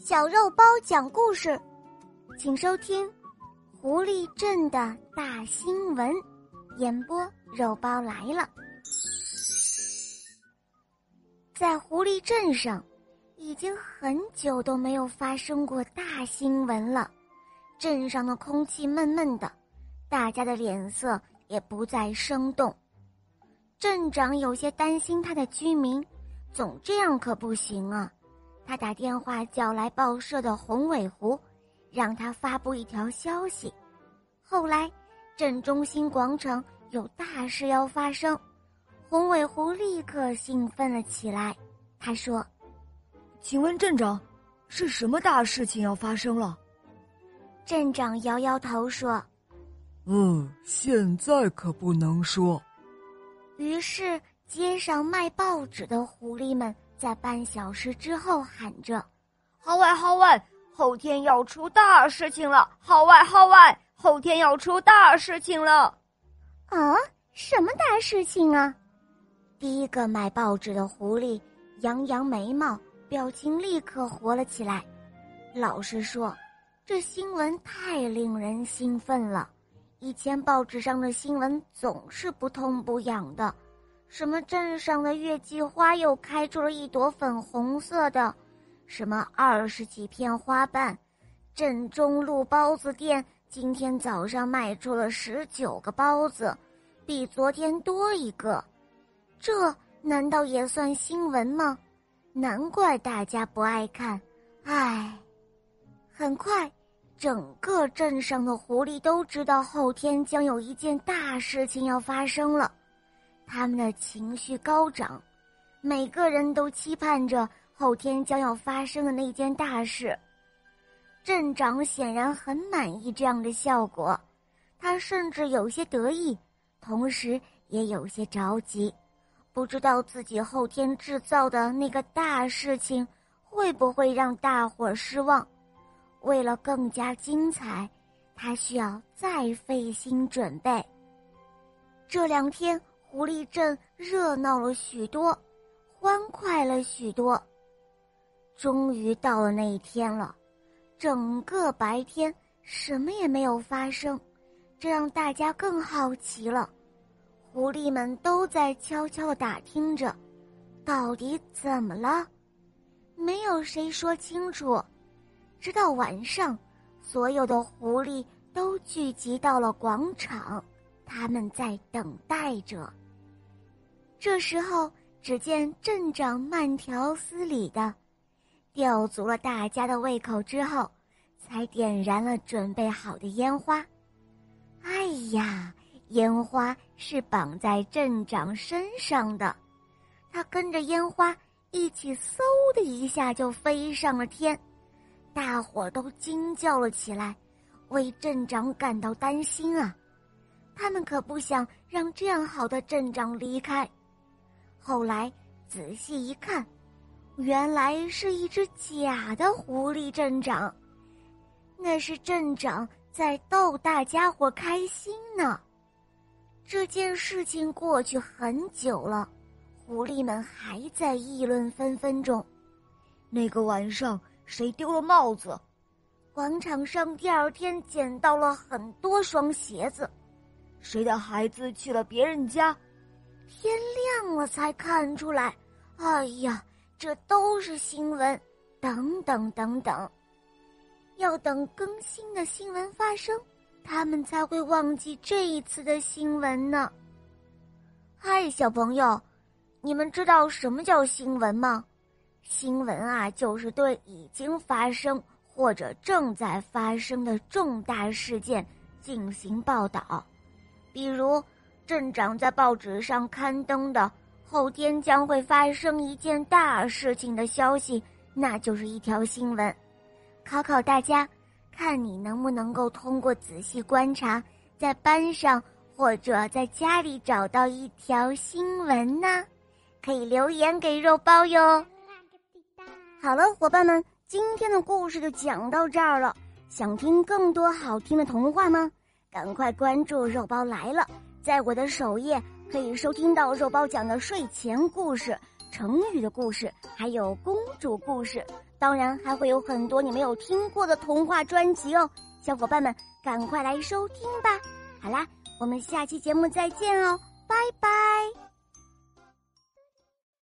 小肉包讲故事，请收听《狐狸镇的大新闻》，演播肉包来了。在狐狸镇上，已经很久都没有发生过大新闻了。镇上的空气闷闷的，大家的脸色也不再生动。镇长有些担心他的居民，总这样可不行啊。他打电话叫来报社的宏伟湖，让他发布一条消息。后来镇中心广场有大事要发生，宏伟湖立刻兴奋了起来。他说： 请问镇长，是什么大事情要发生了？ 镇长摇摇头说： 现在可不能说。 于是街上卖报纸的狐狸们在半小时之后喊着： 号外号外，后天要出大事情了！号外号外，后天要出大事情了！ 啊，什么大事情啊？第一个卖报纸的狐狸扬扬眉毛，表情立刻活了起来。老实说，这新闻太令人兴奋了。以前报纸上的新闻总是不痛不痒的，什么镇上的月季花又开出了一朵粉红色的，什么20几片花瓣，镇中路包子店今天早上卖出了19个包子，比昨天多一个。这难道也算新闻吗？难怪大家不爱看。很快整个镇上的狐狸都知道后天将有一件大事情要发生了，他们的情绪高涨，每个人都期盼着后天将要发生的那件大事。镇长显然很满意这样的效果，他甚至有些得意，同时也有些着急，不知道自己后天制造的那个大事情会不会让大伙儿失望。为了更加精彩，他需要再费心准备。这2天狐狸镇热闹了许多，欢快了许多。终于到了那一天了，整个白天什么也没有发生，这让大家更好奇了。狐狸们都在悄悄地打听着，到底怎么了？没有谁说清楚。直到晚上，所有的狐狸都聚集到了广场，他们在等待着。这时候，只见镇长慢条斯理地吊足了大家的胃口之后，才点燃了准备好的烟花。烟花是绑在镇长身上的，他跟着烟花一起嗖的一下就飞上了天。大伙儿都惊叫了起来，为镇长感到担心啊！他们可不想让这样好的镇长离开。后来仔细一看，原来是一只假的狐狸镇长，那是镇长在逗大家伙开心呢。这件事情过去很久了，狐狸们还在议论纷纷中。 那个晚上谁丢了帽子？ 广场上第2天捡到了很多双鞋子。 谁的孩子去了别人家？ 天亮了才看出来。这都是新闻，等等等等。要等更新的新闻发生，他们才会忘记这一次的新闻呢。小朋友，你们知道什么叫新闻吗？新闻啊，就是对已经发生或者正在发生的重大事件进行报道。比如镇长在报纸上刊登的后天将会发生一件大事情的消息，那就是一条新闻。考考大家，看你能不能够通过仔细观察，在班上或者在家里找到一条新闻呢？可以留言给肉包哟。好了，伙伴们，今天的故事就讲到这儿了。想听更多好听的童话吗？赶快关注肉包来了，在我的首页可以收听到肉包讲的睡前故事、成语的故事，还有公主故事， 当然还会有很多你没有听过的童话专辑哦，小伙伴们赶快来收听吧。好啦，我们下期节目再见哦，拜拜。